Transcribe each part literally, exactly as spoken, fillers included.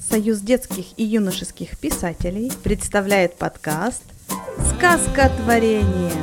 Союз детских и юношеских писателей представляет подкаст «Сказкотворение».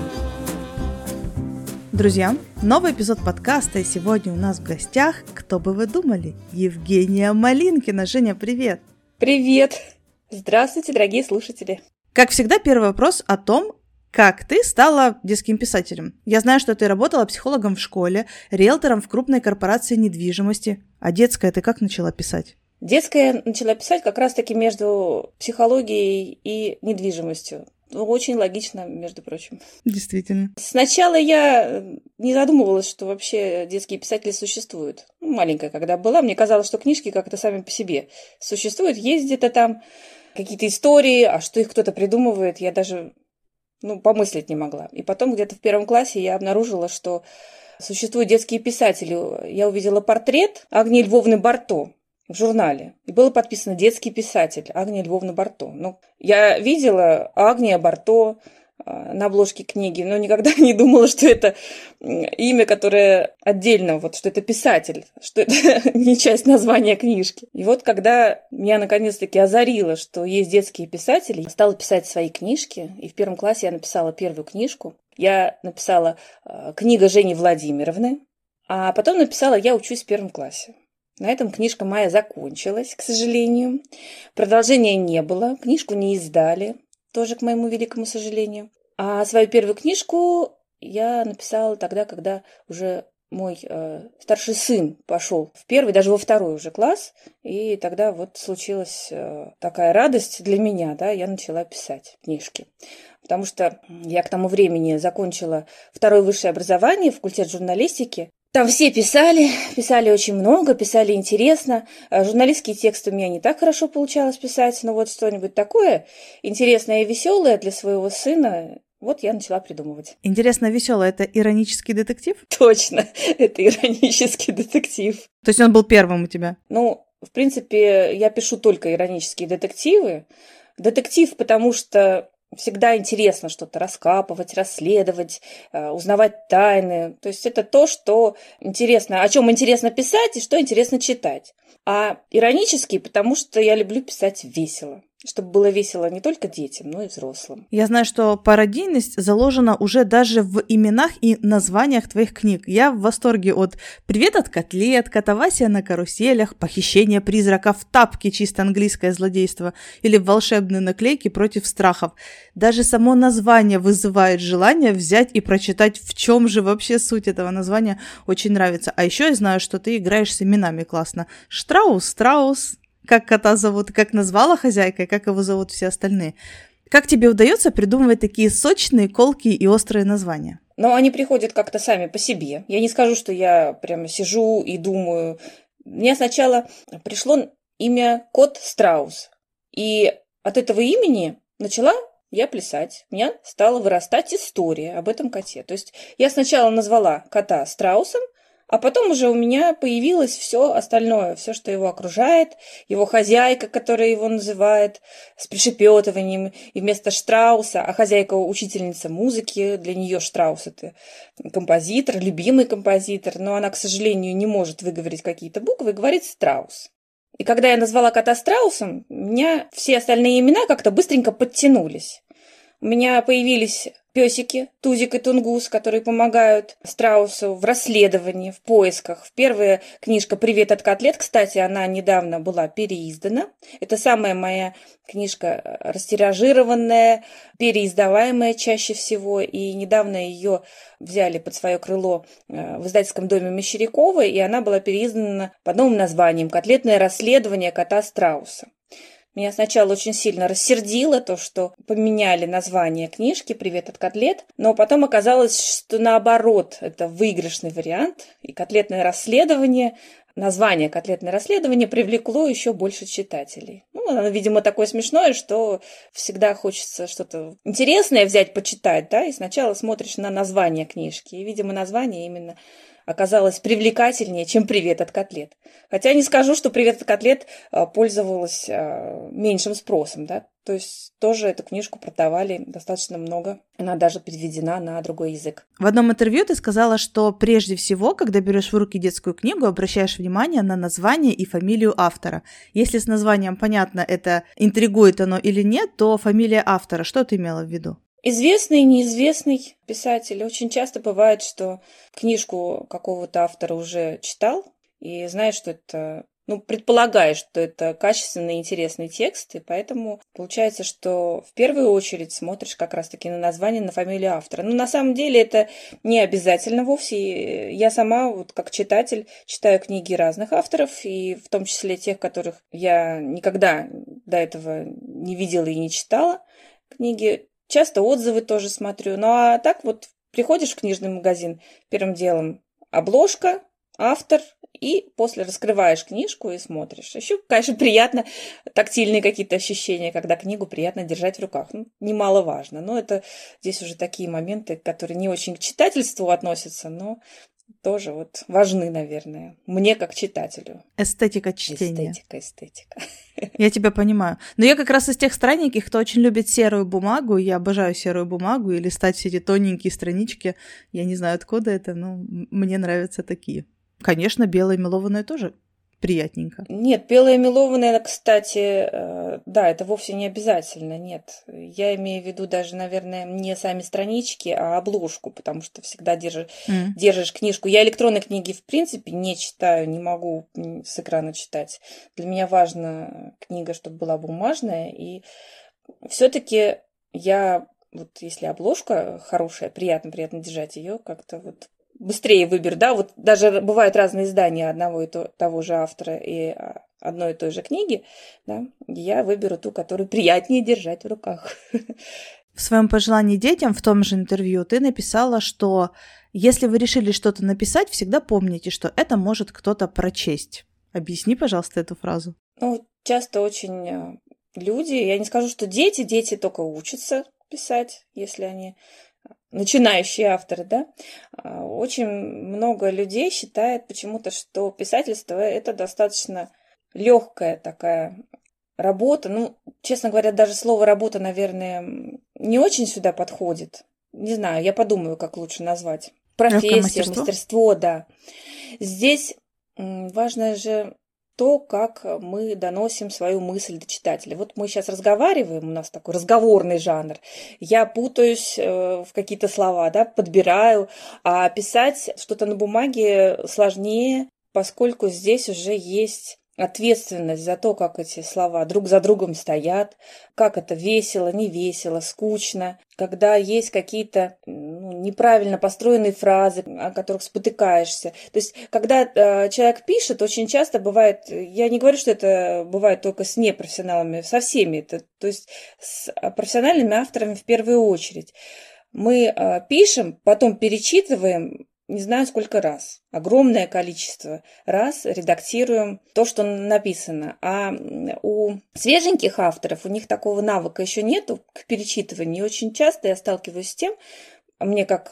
Друзья, новый эпизод подкаста, и сегодня у нас в гостях, кто бы вы думали, Евгения Малинкина. Женя, привет! Привет! Здравствуйте, дорогие слушатели! Как всегда, первый вопрос о том, как ты стала детским писателем. Я знаю, что ты работала психологом в школе, риэлтором в крупной корпорации недвижимости. А детская ты как начала писать? Детская начала писать как раз-таки между психологией и недвижимостью. Очень логично, между прочим. Действительно. Сначала я не задумывалась, что вообще детские писатели существуют. Маленькая когда была, мне казалось, что книжки как-то сами по себе существуют. Есть где-то там какие-то истории, а что их кто-то придумывает, я даже ну, помыслить не могла. И потом где-то в первом классе я обнаружила, что существуют детские писатели. Я увидела портрет Агнии Львовны Барто в журнале. И было подписано «Детский писатель» Агния Львовна Барто. Ну, я видела Агния Барто на обложке книги, но никогда не думала, что это имя, которое отдельно, вот, что это писатель, что это не часть названия книжки. И вот когда меня наконец-таки озарило, что есть детские писатели, я стала писать свои книжки, и в первом классе я написала первую книжку. Я написала «Книга Жени Владимировны», а потом написала «Я учусь в первом классе». На этом книжка моя закончилась, к сожалению. Продолжения не было, книжку не издали, тоже к моему великому сожалению. А свою первую книжку я написала тогда, когда уже мой э, старший сын пошел в первый, даже во второй уже класс, и тогда вот случилась э, такая радость для меня, да, я начала писать книжки. Потому что я к тому времени закончила второе высшее образование, факультет журналистики. Там все писали, писали очень много, писали интересно. Журналистские тексты у меня не так хорошо получалось писать, но вот что-нибудь такое интересное и веселое для своего сына, вот я начала придумывать. Интересно, веселое — это иронический детектив? Точно, это иронический детектив. То есть он был первым у тебя? Ну, в принципе, я пишу только иронические детективы. Детектив, потому что всегда интересно что-то раскапывать, расследовать, узнавать тайны. То есть это то, что интересно, о чем интересно писать и что интересно читать. А иронический, потому что я люблю писать весело. Чтобы было весело не только детям, но и взрослым. Я знаю, что пародийность заложена уже даже в именах и названиях твоих книг. Я в восторге от «Привет от котлет», «Катавасия на каруселях», «Похищение призраков», «Тапки», чисто английское злодейство, или «Волшебные наклейки против страхов». Даже само название вызывает желание взять и прочитать, в чем же вообще суть этого названия. Очень нравится. А еще я знаю, что ты играешь с именами классно. Штраус, Страус. Как кота зовут, как назвала хозяйка, и как его зовут все остальные. Как тебе удается придумывать такие сочные, колкие и острые названия? Но они приходят как-то сами по себе. Я не скажу, что я прямо сижу и думаю. Мне сначала пришло имя кот Страус. И от этого имени начала я плясать. У меня стала вырастать история об этом коте. То есть я сначала назвала кота Страусом, а потом уже у меня появилось все остальное, все, что его окружает, его хозяйка, которая его называет, с пришепетыванием, и вместо Штрауса, а хозяйка учительница музыки, для нее Штраус — это композитор, любимый композитор, но она, к сожалению, не может выговорить какие-то буквы и говорит Страус. И когда я назвала кота Страусом, у меня все остальные имена как-то быстренько подтянулись. У меня появились песики, Тузик и Тунгус, которые помогают Страусу в расследовании, в поисках. Первая книжка «Привет от котлет», кстати, она недавно была переиздана. Это самая моя книжка растиражированная, переиздаваемая чаще всего. И недавно ее взяли под свое крыло в издательском доме Мещерякова, и она была переиздана под новым названием «Котлетное расследование кота Страуса». Меня сначала очень сильно рассердило то, что поменяли название книжки «Привет от котлет», но потом оказалось, что наоборот, это выигрышный вариант, и «Котлетное расследование», название «Котлетное расследование» привлекло еще больше читателей. Ну, оно, видимо, такое смешное, что всегда хочется что-то интересное взять, почитать, да, и сначала смотришь на название книжки, и, видимо, название именно оказалось привлекательнее, чем «Привет от котлет». Хотя не скажу, что «Привет от котлет» пользовалась меньшим спросом, да. То есть тоже эту книжку продавали достаточно много. Она даже переведена на другой язык. В одном интервью ты сказала, что прежде всего, когда берешь в руки детскую книгу, обращаешь внимание на название и фамилию автора. Если с названием понятно, это интригует оно или нет, то фамилия автора. Что ты имела в виду? Известный, неизвестный писатель. Очень часто бывает, что книжку какого-то автора уже читал и знаешь, что это... Ну, предполагаешь, что это качественный, интересный текст, и поэтому получается, что в первую очередь смотришь как раз-таки на название, на фамилию автора. Но на самом деле это не обязательно вовсе. Я сама, вот как читатель, читаю книги разных авторов, и в том числе тех, которых я никогда до этого не видела и не читала книги. Часто отзывы тоже смотрю. Ну, а так вот приходишь в книжный магазин, первым делом обложка, автор, и после раскрываешь книжку и смотришь. Еще, конечно, приятно, тактильные какие-то ощущения, когда книгу приятно держать в руках. Ну, немаловажно. Но это здесь уже такие моменты, которые не очень к читательству относятся, но тоже вот важны, наверное, мне как читателю. Эстетика чтения. Эстетика, эстетика. Я тебя понимаю. Но я как раз из тех странненьких, кто очень любит серую бумагу. Я обожаю серую бумагу и листать все эти тоненькие странички. Я не знаю, откуда это, но мне нравятся такие. Конечно, белое мелованное тоже приятненько. Нет, белое мелованное, кстати, да, это вовсе не обязательно, нет. Я имею в виду даже, наверное, не сами странички, а обложку, потому что всегда держишь, mm. держишь книжку. Я электронные книги, в принципе, не читаю, не могу с экрана читать. Для меня важна книга, чтобы была бумажная, и все-таки я, вот если обложка хорошая, приятно, приятно держать ее, как-то вот быстрее выберу, да, вот даже бывают разные издания одного и то, того же автора и одной и той же книги, да, я выберу ту, которую приятнее держать в руках. В своем пожелании детям в том же интервью ты написала, что если вы решили что-то написать, всегда помните, что это может кто-то прочесть. Объясни, пожалуйста, эту фразу. Ну, часто очень люди, я не скажу, что дети, дети только учатся писать, если они... начинающие авторы, да, очень много людей считает почему-то, что писательство это достаточно легкая такая работа. Ну, честно говоря, даже слово работа, наверное, не очень сюда подходит. Не знаю, я подумаю, как лучше назвать. Профессия, мастерство? мастерство, да. Здесь важно же то, как мы доносим свою мысль до читателя. Вот мы сейчас разговариваем, у нас такой разговорный жанр, я путаюсь в какие-то слова, да, подбираю, а писать что-то на бумаге сложнее, поскольку здесь уже есть ответственность за то, как эти слова друг за другом стоят, как это весело, не весело, скучно, когда есть какие-то ну, неправильно построенные фразы, о которых спотыкаешься. То есть, когда э, человек пишет, очень часто бывает, я не говорю, что это бывает только с непрофессионалами, со всеми, это, то есть с профессиональными авторами в первую очередь. Мы э, пишем, потом перечитываем, не знаю сколько раз, огромное количество раз редактируем то, что написано. А у свеженьких авторов, у них такого навыка еще нету к перечитыванию. И очень часто я сталкиваюсь с тем, мне как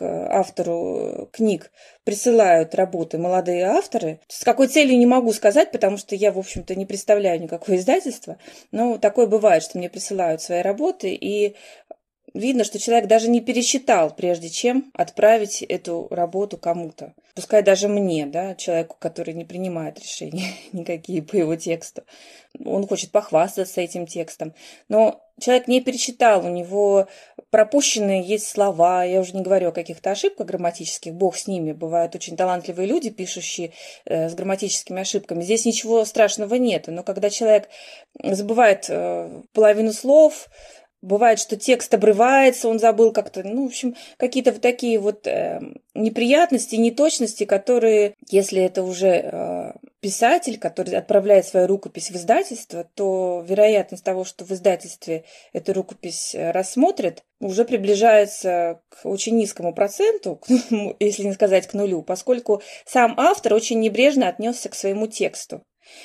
автору книг присылают работы молодые авторы. С какой целью не могу сказать, потому что я, в общем-то, не представляю никакое издательство. Но такое бывает, что мне присылают свои работы, и видно, что человек даже не пересчитал, прежде чем отправить эту работу кому-то. Пускай даже мне, да, человеку, который не принимает решения никакие по его тексту. Он хочет похвастаться этим текстом. Но человек не пересчитал, у него пропущенные есть слова. Я уже не говорю о каких-то ошибках грамматических, бог с ними. Бывают очень талантливые люди, пишущие э, с грамматическими ошибками. Здесь ничего страшного нет. Но когда человек забывает э, половину слов, бывает, что текст обрывается, он забыл как-то, ну, в общем, какие-то вот такие вот э, неприятности, неточности, которые, если это уже э, писатель, который отправляет свою рукопись в издательство, то вероятность того, что в издательстве эту рукопись рассмотрят, уже приближается к очень низкому проценту, если не сказать к нулю, поскольку сам автор очень небрежно отнесся к своему тексту.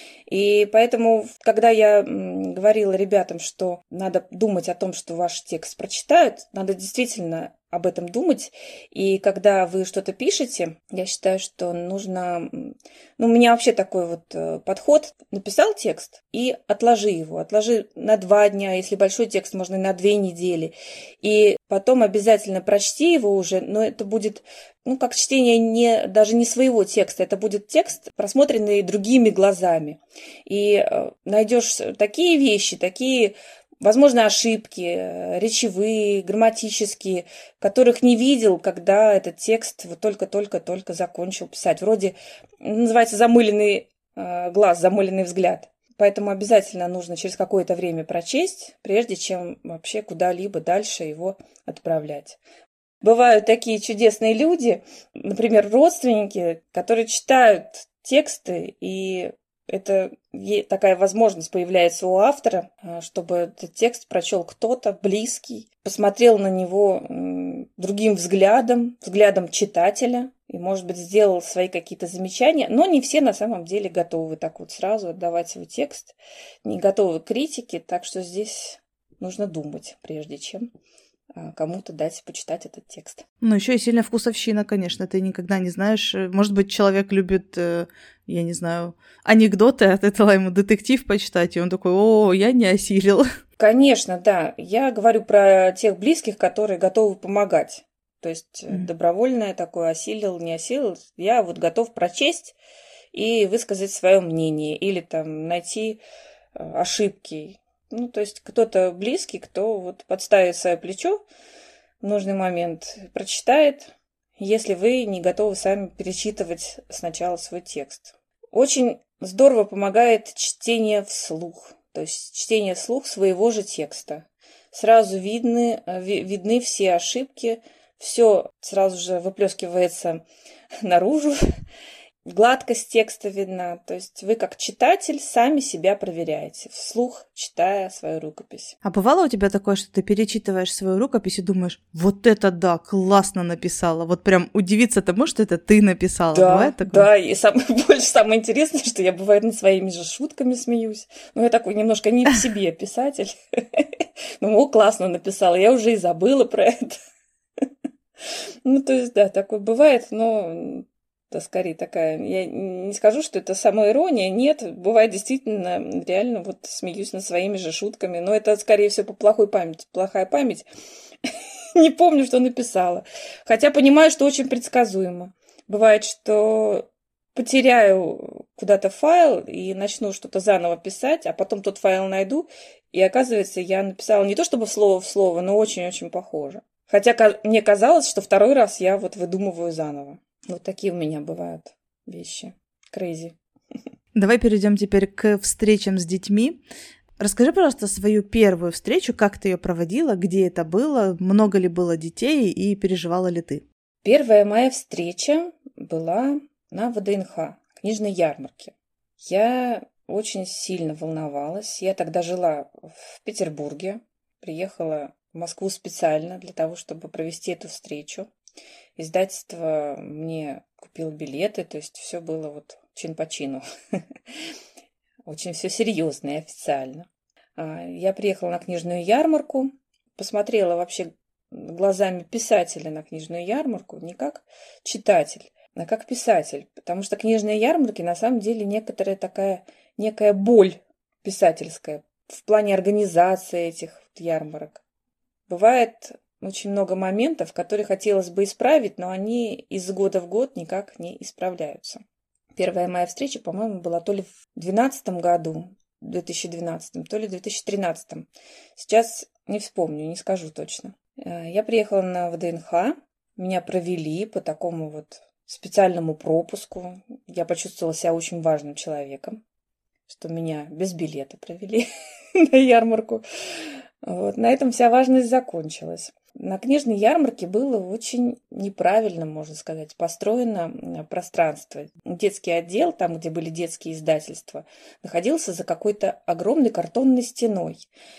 И поэтому, когда я говорила ребятам, что надо думать о том, что ваш текст прочитают, надо действительно об этом думать. И когда вы что-то пишете, я считаю, что нужно... Ну, у меня вообще такой вот подход. Написал текст и отложи его. Отложи на два дня, если большой текст, можно и на две недели. И потом обязательно прочти его уже, но это будет... Ну, как чтение не, даже не своего текста, это будет текст, просмотренный другими глазами. И найдешь такие вещи, такие, возможно, ошибки, речевые, грамматические, которых не видел, когда этот текст вот только-только-только закончил писать. Вроде называется замыленный глаз, замыленный взгляд. Поэтому обязательно нужно через какое-то время прочесть, прежде чем вообще куда-либо дальше его отправлять. Бывают такие чудесные люди, например, родственники, которые читают тексты, и это такая возможность появляется у автора, чтобы этот текст прочел кто-то близкий, посмотрел на него другим взглядом, взглядом читателя, и, может быть, сделал свои какие-то замечания, но не все на самом деле готовы так вот сразу отдавать свой текст, не готовы к критике, так что здесь нужно думать, прежде чем кому-то дать почитать этот текст. Ну, еще и сильная вкусовщина, конечно, ты никогда не знаешь. Может быть, человек любит, я не знаю, анекдоты, а ты дала ему детектив почитать, и он такой: о, я не осилил. Конечно, да. Я говорю про тех близких, которые готовы помогать. То есть mm. добровольное такое, осилил, не осилил. Я вот готов прочесть и высказать свое мнение, или там найти ошибки. Ну, то есть кто-то близкий, кто вот подставит свое плечо в нужный момент, прочитает, если вы не готовы сами перечитывать сначала свой текст. Очень здорово помогает чтение вслух, то есть чтение вслух своего же текста. Сразу видны, видны все ошибки, все сразу же выплескивается наружу. Гладкость текста видна, то есть вы как читатель сами себя проверяете, вслух читая свою рукопись. А бывало у тебя такое, что ты перечитываешь свою рукопись и думаешь: вот это да, классно написала, вот прям удивиться тому, что это ты написала? Да, бывает такое? Да, и самое больше, самое интересное, что я, бывает, над своими же шутками смеюсь. Ну, я такой немножко не в себе писатель. Ну, о, классно написала, я уже и забыла про это. Ну, то есть, да, такое бывает, но... Это скорее такая, я не скажу, что это самоирония, нет, бывает действительно, реально вот смеюсь над своими же шутками, но это скорее всего по плохой памяти, плохая память, не помню, что написала, хотя понимаю, что очень предсказуемо. Бывает, что потеряю куда-то файл и начну что-то заново писать, а потом тот файл найду, и оказывается, я написала не то чтобы слово в слово, но очень-очень похоже. Хотя мне казалось, что второй раз я вот выдумываю заново. Вот такие у меня бывают вещи. Crazy. Давай перейдем теперь к встречам с детьми. Расскажи, пожалуйста, свою первую встречу, как ты ее проводила, где это было, много ли было детей и переживала ли ты? Первая моя встреча была на ВДНХ, книжной ярмарке. Я очень сильно волновалась. Я тогда жила в Петербурге, приехала в Москву специально для того, чтобы провести эту встречу. Издательство мне купило билеты, то есть все было вот чин по чину. Очень все серьезно и официально. Я приехала на книжную ярмарку, посмотрела вообще глазами писателя на книжную ярмарку, не как читатель, а как писатель. Потому что книжные ярмарки на самом деле некоторая такая, некая боль писательская в плане организации этих ярмарок. Бывает очень много моментов, которые хотелось бы исправить, но они из года в год никак не исправляются. Первая моя встреча, по-моему, была то ли в две тысячи двенадцатом году, две тысячи двенадцатом, то ли в две тысячи тринадцатом. Сейчас не вспомню, не скажу точно. Я приехала на ВДНХ, меня провели по такому вот специальному пропуску. Я почувствовала себя очень важным человеком, что меня без билета провели на ярмарку. Вот. На этом вся важность закончилась. На книжной ярмарке было очень неправильно, можно сказать, построено пространство. Детский отдел, там, где были детские издательства, находился за какой-то огромной картонной стеной.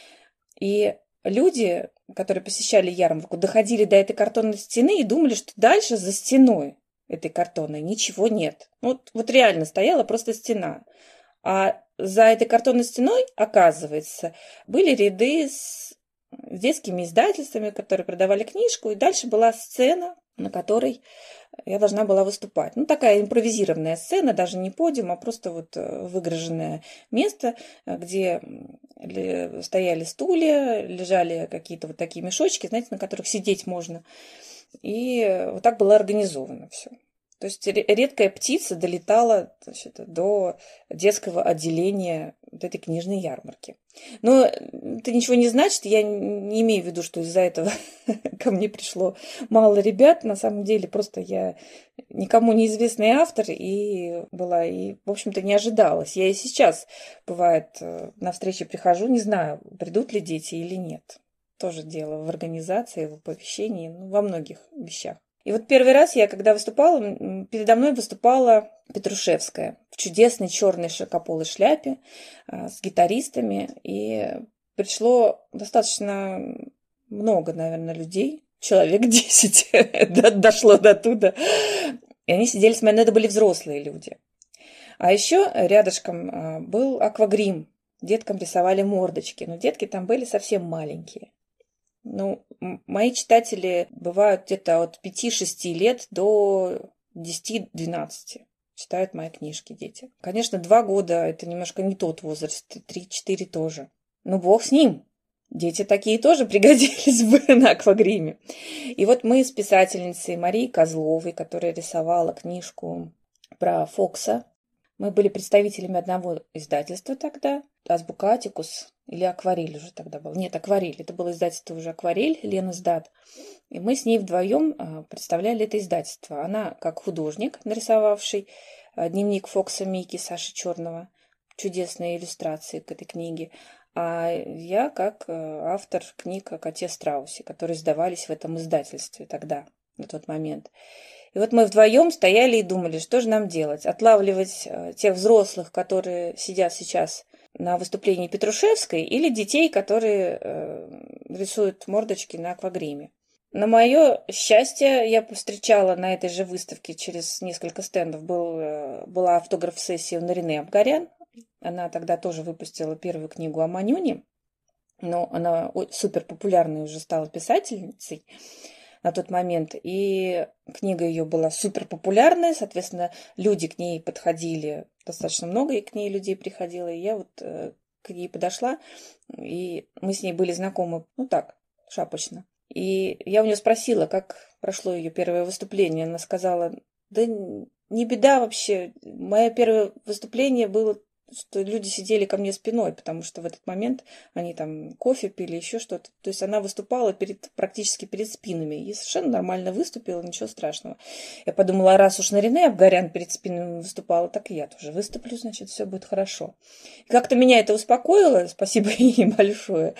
И люди, которые посещали ярмарку, доходили до этой картонной стены и думали, что дальше за стеной этой картонной ничего нет. Вот, вот реально стояла просто стена. А за этой картонной стеной, оказывается, были ряды с с детскими издательствами, которые продавали книжку, и дальше была сцена, на которой я должна была выступать. Ну, такая импровизированная сцена, даже не подиум, а просто вот выгороженное место, где стояли стулья, лежали какие-то вот такие мешочки, знаете, на которых сидеть можно. И вот так было организовано все. То есть редкая птица долетала, значит, до детского отделения вот этой книжной ярмарки. Но это ничего не значит, я не имею в виду, что из-за этого ко мне пришло мало ребят. На самом деле просто я никому неизвестный автор и была, и, в общем-то, не ожидалась. Я и сейчас, бывает, на встречи прихожу, не знаю, придут ли дети или нет. Тоже дело в организации, в оповещении, ну, во многих вещах. И вот первый раз я, когда выступала, передо мной выступала Петрушевская в чудесной черной широкополой шляпе с гитаристами. И пришло достаточно много, наверное, людей, человек десять дошло до туда. И они сидели с мной, это были взрослые люди. А еще рядышком был аквагрим. Деткам рисовали мордочки, но детки там были совсем маленькие. Ну, мои читатели бывают где-то от пяти-шести лет до десяти-двенадцати. Читают мои книжки дети. Конечно, два года – это немножко не тот возраст, три-четыре тоже. Но бог с ним. Дети такие тоже пригодились бы на аквагриме. И вот мы с писательницей Марией Козловой, которая рисовала книжку про Фокса, мы были представителями одного издательства тогда, Азбука Атикус, или Акварель уже тогда был. Нет, Акварель. Это было издательство уже Акварель, Лена Сдат. И мы с ней вдвоем представляли это издательство. Она как художник, нарисовавший дневник Фокса Микки Саши Черного, чудесные иллюстрации к этой книге. А я как автор книг о коте Страусе, которые издавались в этом издательстве тогда, на тот момент. И вот мы вдвоем стояли и думали, что же нам делать? Отлавливать тех взрослых, которые сидят сейчас на выступлении Петрушевской, или детей, которые э, рисуют мордочки на аквагриме. На мое счастье, я повстречала на этой же выставке через несколько стендов, был, э, была автограф-сессия у Нарине Абгарян. Она тогда тоже выпустила первую книгу о Манюне, но она супер популярной уже стала писательницей на тот момент, и книга ее была супер популярная, соответственно, люди к ней подходили, достаточно много и к ней людей приходило, и я вот э, к ней подошла, и мы с ней были знакомы, ну так, шапочно. И я у нее спросила, как прошло ее первое выступление. Она сказала, да не беда вообще, мое первое выступление было, что люди сидели ко мне спиной, потому что в этот момент они там кофе пили, еще что-то. То есть она выступала перед, практически перед спинами и совершенно нормально выступила, ничего страшного. Я подумала, раз уж Нарине Абгарян перед спинами выступала, так и я тоже выступлю, значит, все будет хорошо. И как-то меня это успокоило, спасибо ей большое.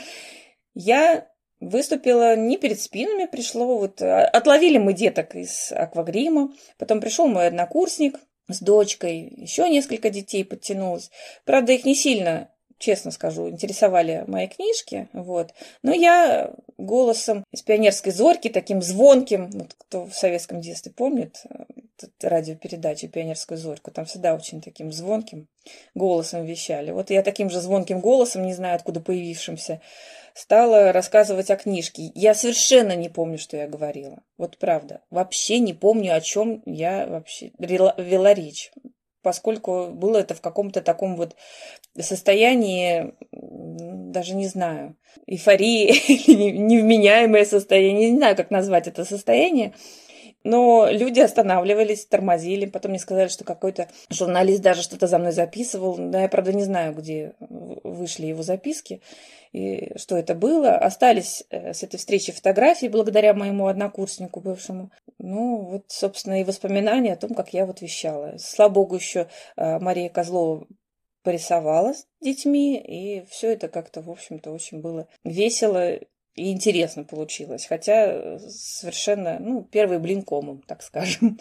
Я выступила не перед спинами, пришло вот... Отловили мы деток из аквагрима, потом пришел мой однокурсник с дочкой, еще несколько детей подтянулось. Правда, их не сильно, честно скажу, интересовали мои книжки, вот. Но я голосом из «Пионерской зорьки», таким звонким, вот кто в советском детстве помнит радиопередачу «Пионерскую зорьку», там всегда очень таким звонким голосом вещали. Вот я таким же звонким голосом, не знаю откуда появившимся, стала рассказывать о книжке. Я совершенно не помню, что я говорила. Вот правда. Вообще не помню, о чем я вообще вела речь. Поскольку было это в каком-то таком вот состоянии, даже не знаю, эйфории или невменяемое состояние. Не знаю, как назвать это состояние. Но люди останавливались, тормозили. Потом мне сказали, что какой-то журналист даже что-то за мной записывал. Да, я, правда, не знаю, где вышли его записки и что это было. Остались с этой встречи фотографии благодаря моему однокурснику бывшему. Ну, вот, собственно, и воспоминания о том, как я вот вещала. Слава богу, еще Мария Козлова порисовала с детьми, и все это как-то, в общем-то, очень было весело и интересно получилось, хотя совершенно, ну, первый блин комом, так скажем.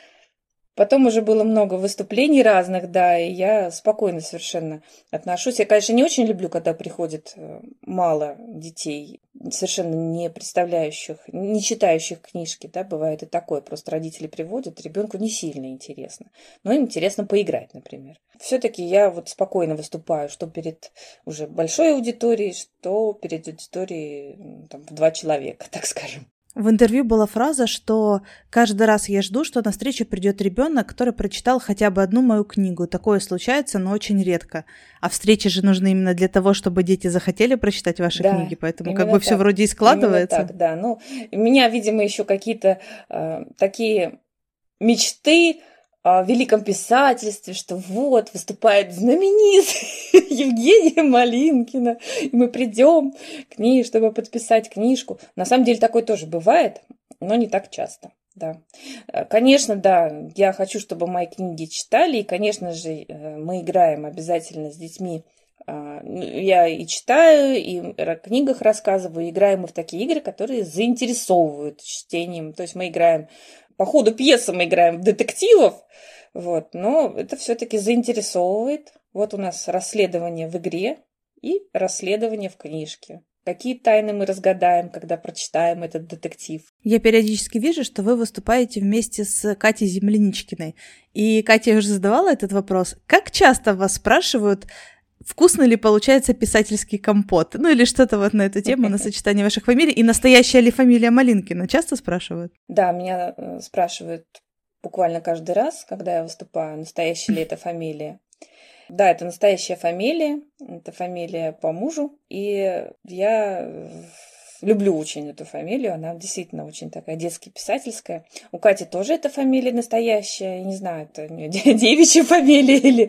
Потом уже было много выступлений разных, да, и я спокойно совершенно отношусь. Я, конечно, не очень люблю, когда приходит мало детей. совершенно не представляющих, не читающих книжки, да, бывает и такое, просто родители приводят, ребенку не сильно интересно, но им интересно поиграть, например. Все-таки я вот спокойно выступаю, что перед уже большой аудиторией, что перед аудиторией там, в два человека, так скажем. В интервью была фраза, что каждый раз я жду, что на встречу придет ребенок, который прочитал хотя бы одну мою книгу. Такое случается, но очень редко. А встречи же нужны именно для того, чтобы дети захотели прочитать ваши да, книги, поэтому как бы все вроде и складывается. Именно так, да. Ну, у меня, видимо, еще какие-то э, такие мечты о великом писательстве, что вот выступает знаменитый Евгения Малинкина, и мы придем к ней, чтобы подписать книжку. На самом деле такое тоже бывает, но не так часто. Да. Конечно, да, я хочу, чтобы мои книги читали, и, конечно же, мы играем обязательно с детьми. Я и читаю, и о книгах рассказываю, играем мы в такие игры, которые заинтересовывают чтением. То есть мы играем по ходу пьесы мы играем в детективов, вот, но это все-таки заинтересовывает. Вот у нас расследование в игре и расследование в книжке. Какие тайны мы разгадаем, когда прочитаем этот детектив? Я периодически вижу, что вы выступаете вместе с Катей Земляничкиной. И Катя уже задавала этот вопрос. Как часто вас спрашивают, вкусно ли получается писательский компот? Ну или что-то вот на эту тему, на сочетание ваших фамилий. И настоящая ли фамилия Малинкина? Часто спрашивают? Да, меня спрашивают буквально каждый раз, когда я выступаю, настоящая ли это фамилия. Да, это настоящая фамилия, это фамилия по мужу. И я люблю очень эту фамилию, она действительно очень такая детски-писательская. У Кати тоже эта фамилия настоящая, я не знаю, это у нее девичья фамилия или...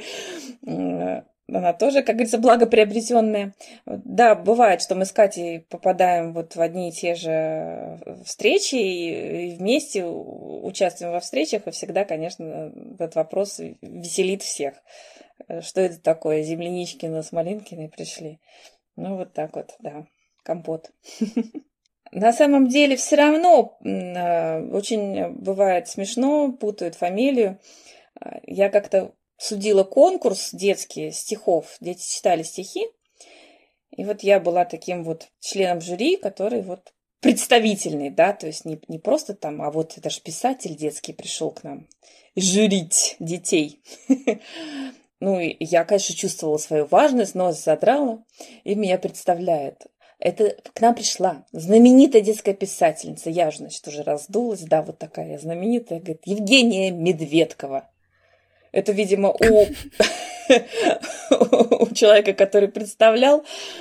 Она тоже, как говорится, благоприобретенная. Да, бывает, что мы с Катей попадаем вот в одни и те же встречи и вместе участвуем во встречах, и всегда, конечно, этот вопрос веселит всех. Что это такое? Земляничкина с Малинкиной пришли. Ну, вот так вот, да, компот. На самом деле все равно очень бывает смешно, путают фамилию. Я как-то судила конкурс детский стихов, дети читали стихи, и вот я была таким вот членом жюри, который вот представительный, да, то есть не, не просто там, а вот это же писатель детский пришел к нам жюрить детей. Ну, и я, конечно, чувствовала свою важность, нос задрала, и меня представляет. Это к нам пришла знаменитая детская писательница, я же, значит, уже раздулась, да, вот такая я знаменитая, говорит, Евгения Медведкова. Это, видимо, у, у человека, который представлял,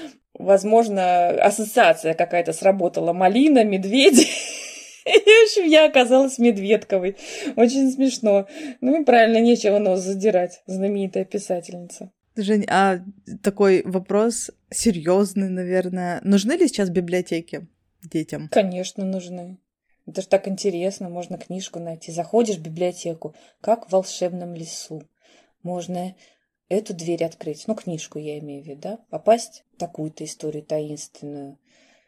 возможно, ассоциация какая-то сработала. Малина, медведи. И, в общем, я оказалась Медведковой. Очень смешно. Ну и правильно, нечего нос задирать. Знаменитая писательница. Жень, а такой вопрос серьезный, наверное. Нужны ли сейчас библиотеки детям? Конечно, нужны. Это же так интересно, можно книжку найти. Заходишь в библиотеку, как в волшебном лесу. Можно эту дверь открыть, ну, книжку я имею в виду, да, попасть в такую-то историю таинственную.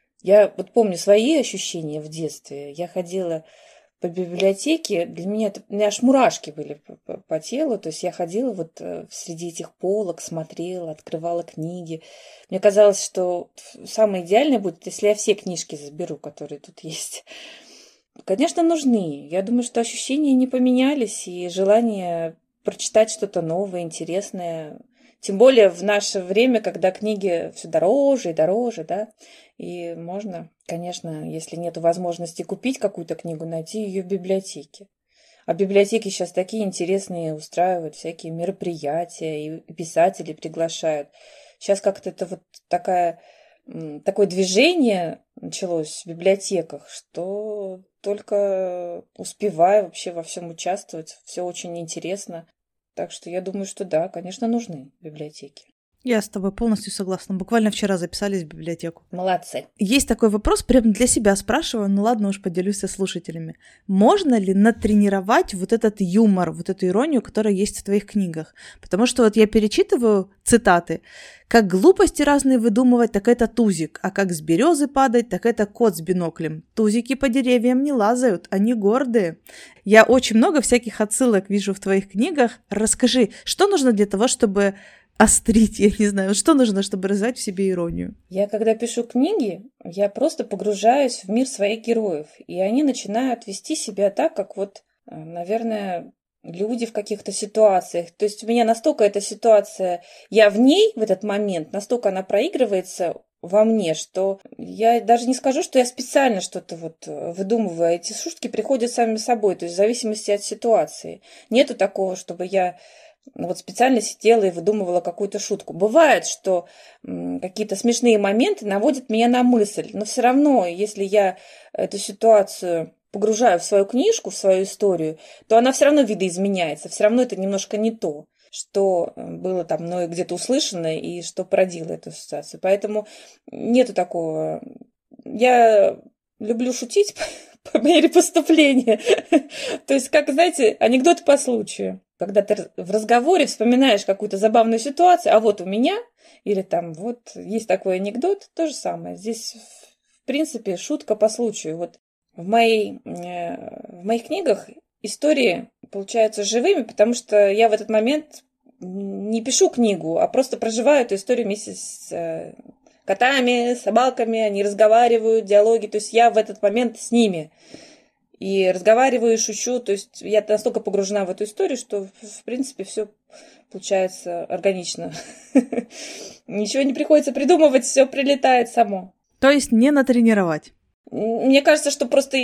Я вот помню свои ощущения в детстве. Я ходила по библиотеке, для меня это, у меня аж мурашки были по, по, по телу, то есть я ходила вот среди этих полок, смотрела, открывала книги. Мне казалось, что самое идеальное будет, если я все книжки заберу, которые тут есть. Конечно, нужны. Я думаю, что ощущения не поменялись, и желание прочитать что-то новое, интересное. Тем более в наше время, когда книги все дороже и дороже, да, и можно, конечно, если нет возможности купить какую-то книгу, найти ее в библиотеке. А библиотеки сейчас такие интересные устраивают, всякие мероприятия, и писатели приглашают. Сейчас как-то это вот такая, такое движение началось в библиотеках, что только успеваю вообще во всем участвовать, все очень интересно. Так что я думаю, что да, конечно, нужны библиотеки. Я с тобой полностью согласна. Буквально вчера записались в библиотеку. Молодцы. Есть такой вопрос, прям для себя спрашиваю, ну ладно уж, поделюсь со слушателями. Можно ли натренировать вот этот юмор, вот эту иронию, которая есть в твоих книгах? Потому что вот я перечитываю цитаты. Как глупости разные выдумывать, так это тузик, а как с березы падать, так это кот с биноклем. Тузики по деревьям не лазают, они гордые. Я очень много всяких отсылок вижу в твоих книгах. Расскажи, что нужно для того, чтобы острить, я не знаю. Что нужно, чтобы развивать в себе иронию? Я, когда пишу книги, я просто погружаюсь в мир своих героев, и они начинают вести себя так, как вот, наверное, люди в каких-то ситуациях. То есть у меня настолько эта ситуация, я в ней в этот момент, настолько она проигрывается во мне, что я даже не скажу, что я специально что-то вот выдумываю. Эти шутки приходят сами собой, то есть в зависимости от ситуации. Нету такого, чтобы я вот специально сидела и выдумывала какую-то шутку. Бывает, что м, какие-то смешные моменты наводят меня на мысль, но все равно, если я эту ситуацию погружаю в свою книжку, в свою историю, то она все равно видоизменяется, все равно это немножко не то, что было там мной где-то услышано и что породило эту ситуацию. Поэтому нету такого. Я люблю шутить по мере поступления. То есть, как, знаете, анекдот по случаю. Когда ты в разговоре вспоминаешь какую-то забавную ситуацию, а вот у меня, или там вот есть такой анекдот, то же самое. Здесь, в принципе, шутка по случаю. Вот в, моей, в моих книгах истории получаются живыми, потому что я в этот момент не пишу книгу, а просто проживаю эту историю вместе с котами, собаками, они разговаривают, диалоги, то есть я в этот момент с ними. И разговариваю, и шучу, то есть я настолько погружена в эту историю, что, в принципе, все получается органично. Ничего не приходится придумывать, все прилетает само. То есть не натренировать. Мне кажется, что просто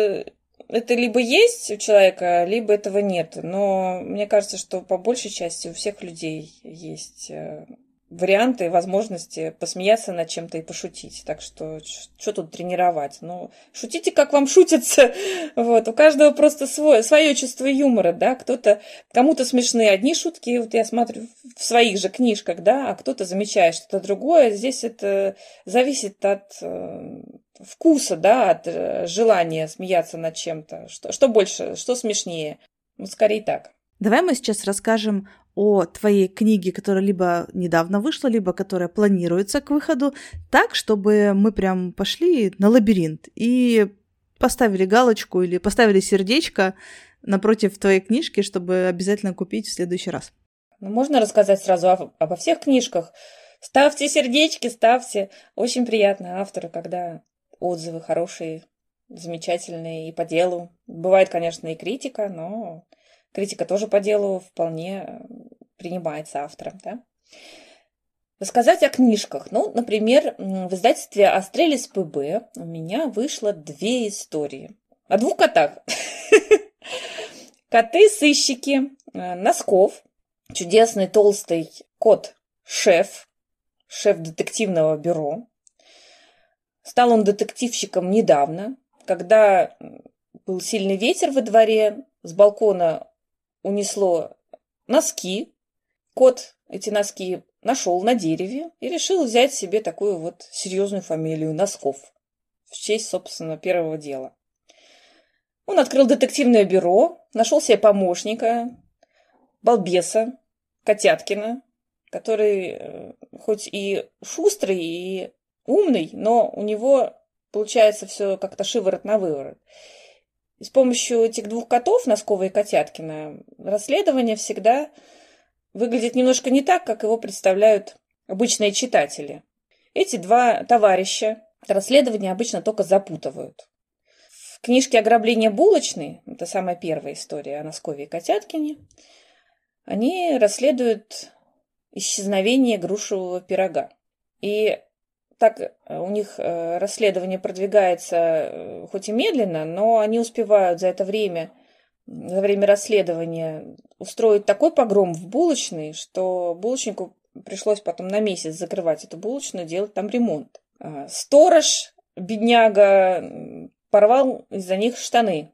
это либо есть у человека, либо этого нет. Но мне кажется, что по большей части у всех людей есть варианты, возможности посмеяться над чем-то и пошутить. Так что что тут тренировать? Ну, шутите, как вам шутится. Вот. У каждого просто свой, свое чувство юмора, да. Кто-то, кому-то смешные одни шутки, вот я смотрю в своих же книжках, да, а кто-то замечает что-то другое. Здесь это зависит от э, вкуса, да, от э, желания смеяться над чем-то. Что, что больше, что смешнее? Ну, скорее так. Давай мы сейчас расскажем о твоей книге, которая либо недавно вышла, либо которая планируется к выходу, так, чтобы мы прям пошли на лабиринт и поставили галочку или поставили сердечко напротив твоей книжки, чтобы обязательно купить в следующий раз. Ну, можно рассказать сразу об, обо всех книжках? Ставьте сердечки, ставьте. Очень приятно автору, когда отзывы хорошие, замечательные и по делу. Бывает, конечно, и критика, но... Критика тоже по делу вполне принимается автором, да? Рассказать о книжках. Ну, например, в издательстве Астрелис ПБ у меня вышло две истории. О двух котах. Коты-сыщики Носков. Чудесный толстый кот-шеф. Шеф детективного бюро. Стал он детективщиком недавно, когда был сильный ветер во дворе, с балкона унесло носки. Кот эти носки нашел на дереве и решил взять себе такую вот серьезную фамилию Носков в честь, собственно, первого дела. Он открыл детективное бюро, нашел себе помощника, балбеса, Котяткина, который хоть и шустрый, и умный, но у него получается все как-то шиворот на выворот. И с помощью этих двух котов, Носкова и Котяткина, расследование всегда выглядит немножко не так, как его представляют обычные читатели. Эти два товарища расследование обычно только запутывают. В книжке «Ограбление булочной», это самая первая история о Носкове и Котяткине, они расследуют исчезновение грушевого пирога. И так у них расследование продвигается хоть и медленно, но они успевают за это время, за время расследования устроить такой погром в булочной, что булочнику пришлось потом на месяц закрывать эту булочную, делать там ремонт. Сторож, бедняга, порвал из-за них штаны.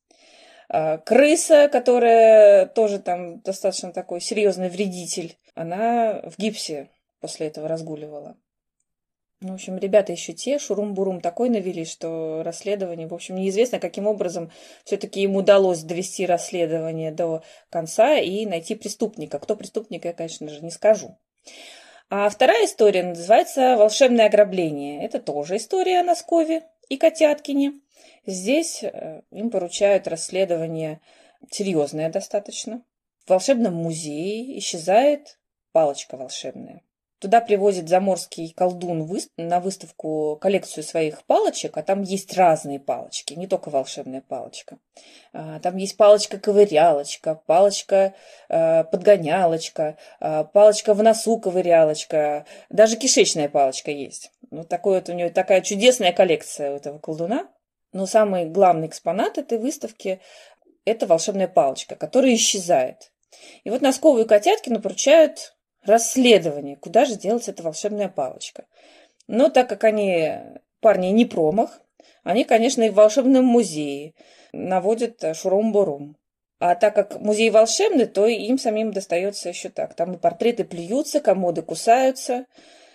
Крыса, которая тоже там достаточно такой серьезный вредитель, она в гипсе после этого разгуливала. В общем, ребята еще те, шурум-бурум такой навели, что расследование, в общем, неизвестно, каким образом все-таки им удалось довести расследование до конца и найти преступника. Кто преступник, я, конечно же, не скажу. А вторая история называется «Волшебное ограбление». Это тоже история о Носкове и Котяткине. Здесь им поручают расследование серьезное достаточно. В волшебном музее исчезает палочка волшебная. Туда привозит заморский колдун на выставку коллекцию своих палочек, а там есть разные палочки, не только волшебная палочка. Там есть палочка-ковырялочка, палочка-подгонялочка, палочка в носу ковырялочка, даже кишечная палочка есть. Вот такой вот у него такая чудесная коллекция у этого колдуна. Но самый главный экспонат этой выставки – это волшебная палочка, которая исчезает. И вот Носкову и Котяткину поручают расследование, куда же делась эта волшебная палочка. Но так как они, парни, не промах, они, конечно, и в волшебном музее наводят шурум-бурум. А так как музей волшебный, то им самим достается еще так. Там и портреты плюются, комоды кусаются.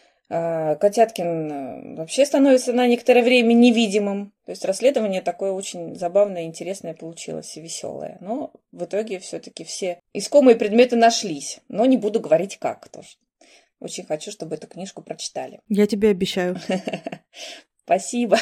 Котяткин вообще становится на некоторое время невидимым. То есть расследование такое очень забавное, интересное получилось и веселое. Но в итоге все-таки все искомые предметы нашлись. Но не буду говорить как тоже. Очень хочу, чтобы эту книжку прочитали. Я тебе обещаю. Спасибо.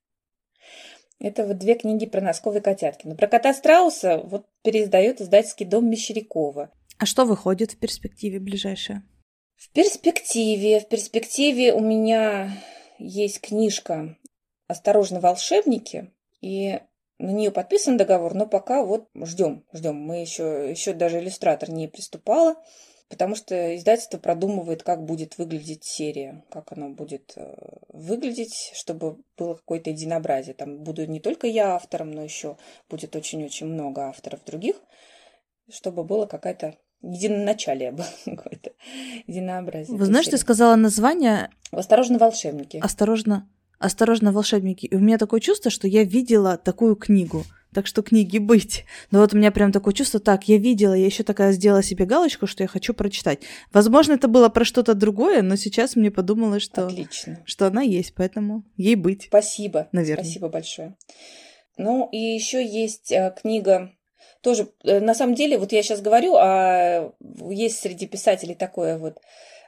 Это вот две книги про Носкова и Котяткина. Про кота Страуса вот переиздает издательский дом Мещерякова. А что выходит в перспективе ближайшее? В перспективе, в перспективе у меня есть книжка «Осторожно, волшебники», и на нее подписан договор, но пока вот ждем, ждем. Мы еще, еще даже иллюстратор не приступала, потому что издательство продумывает, как будет выглядеть серия, как она будет выглядеть, чтобы было какое-то единообразие. Там буду не только я автором, но еще будет очень-очень много авторов других, чтобы было какая-то единоначалие было какое-то, единообразие. Вы знаешь, ты сказала название? «Осторожно, волшебники». Осторожно, осторожно, волшебники. И у меня такое чувство, что я видела такую книгу. Так что книги быть. Но вот у меня прям такое чувство, так, я видела, я еще такая сделала себе галочку, что я хочу прочитать. Возможно, это было про что-то другое, но сейчас мне подумалось, что, что она есть, поэтому ей быть. Спасибо. Наверное. Спасибо большое. Ну, и еще есть книга. Тоже, на самом деле, вот я сейчас говорю, а есть среди писателей такое вот,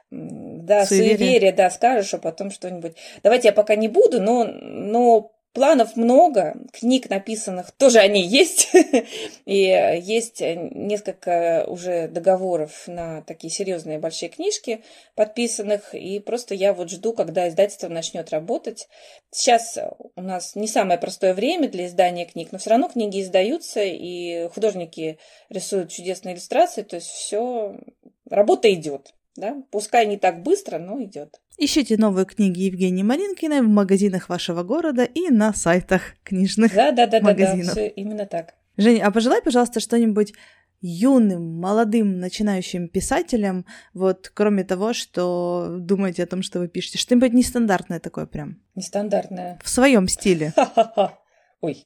да, суеверие, суеверие да, скажешь, а потом что-нибудь. Давайте я пока не буду, но, но планов много, книг написанных тоже они есть, и есть несколько уже договоров на такие серьезные большие книжки подписанных, и просто я вот жду, когда издательство начнет работать. Сейчас у нас не самое простое время для издания книг, но все равно книги издаются, и художники рисуют чудесные иллюстрации, то есть все, работа идет. Да? Пускай не так быстро, но идет. Ищите новые книги Евгении Малинкиной в магазинах вашего города и на сайтах книжных да, да, да, магазинов. Да, да, все именно так. Женя, а пожелай, пожалуйста, что-нибудь юным, молодым, начинающим писателям, вот кроме того, что думаете о том, что вы пишете, что-нибудь нестандартное такое прям. Нестандартное. В своем стиле. Ой.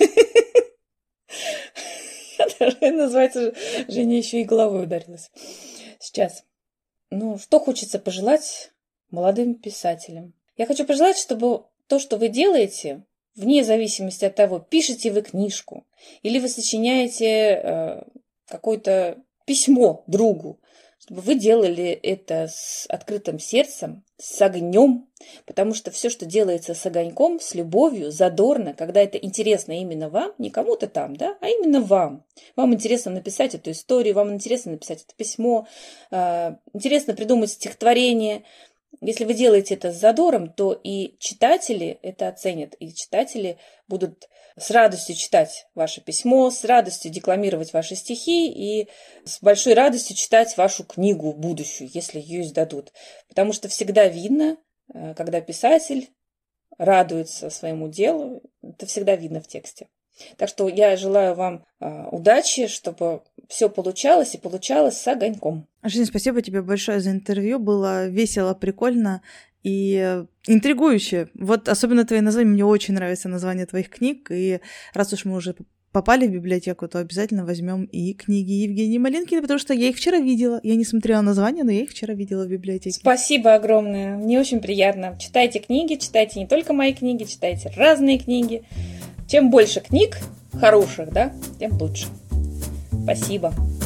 Называется, Женя еще и головой ударилась. Сейчас. Ну, что хочется пожелать молодым писателям? Я хочу пожелать, чтобы то, что вы делаете, вне зависимости от того, пишете вы книжку или вы сочиняете э, какое-то письмо другу, чтобы вы делали это с открытым сердцем, с огнем, потому что все, что делается с огоньком, с любовью, задорно, когда это интересно именно вам, не кому-то там, да, а именно вам. Вам интересно написать эту историю, вам интересно написать это письмо, э, интересно придумать стихотворение. Если вы делаете это с задором, то и читатели это оценят, и читатели будут с радостью читать ваше письмо, с радостью декламировать ваши стихи и с большой радостью читать вашу книгу будущую, если ее издадут. Потому что всегда видно, когда писатель радуется своему делу, это всегда видно в тексте. Так что я желаю вам э, удачи, чтобы все получалось и получалось с огоньком. Женя, спасибо тебе большое за интервью. Было весело, прикольно и интригующе. Вот особенно твои названия. Мне очень нравится название твоих книг. И раз уж мы уже попали в библиотеку, то обязательно возьмем и книги Евгении Малинкиной, потому что я их вчера видела. Я не смотрела названия, но я их вчера видела в библиотеке. Спасибо огромное. Мне очень приятно. Читайте книги, читайте не только мои книги, читайте разные книги. Чем больше книг хороших, да, тем лучше. Спасибо.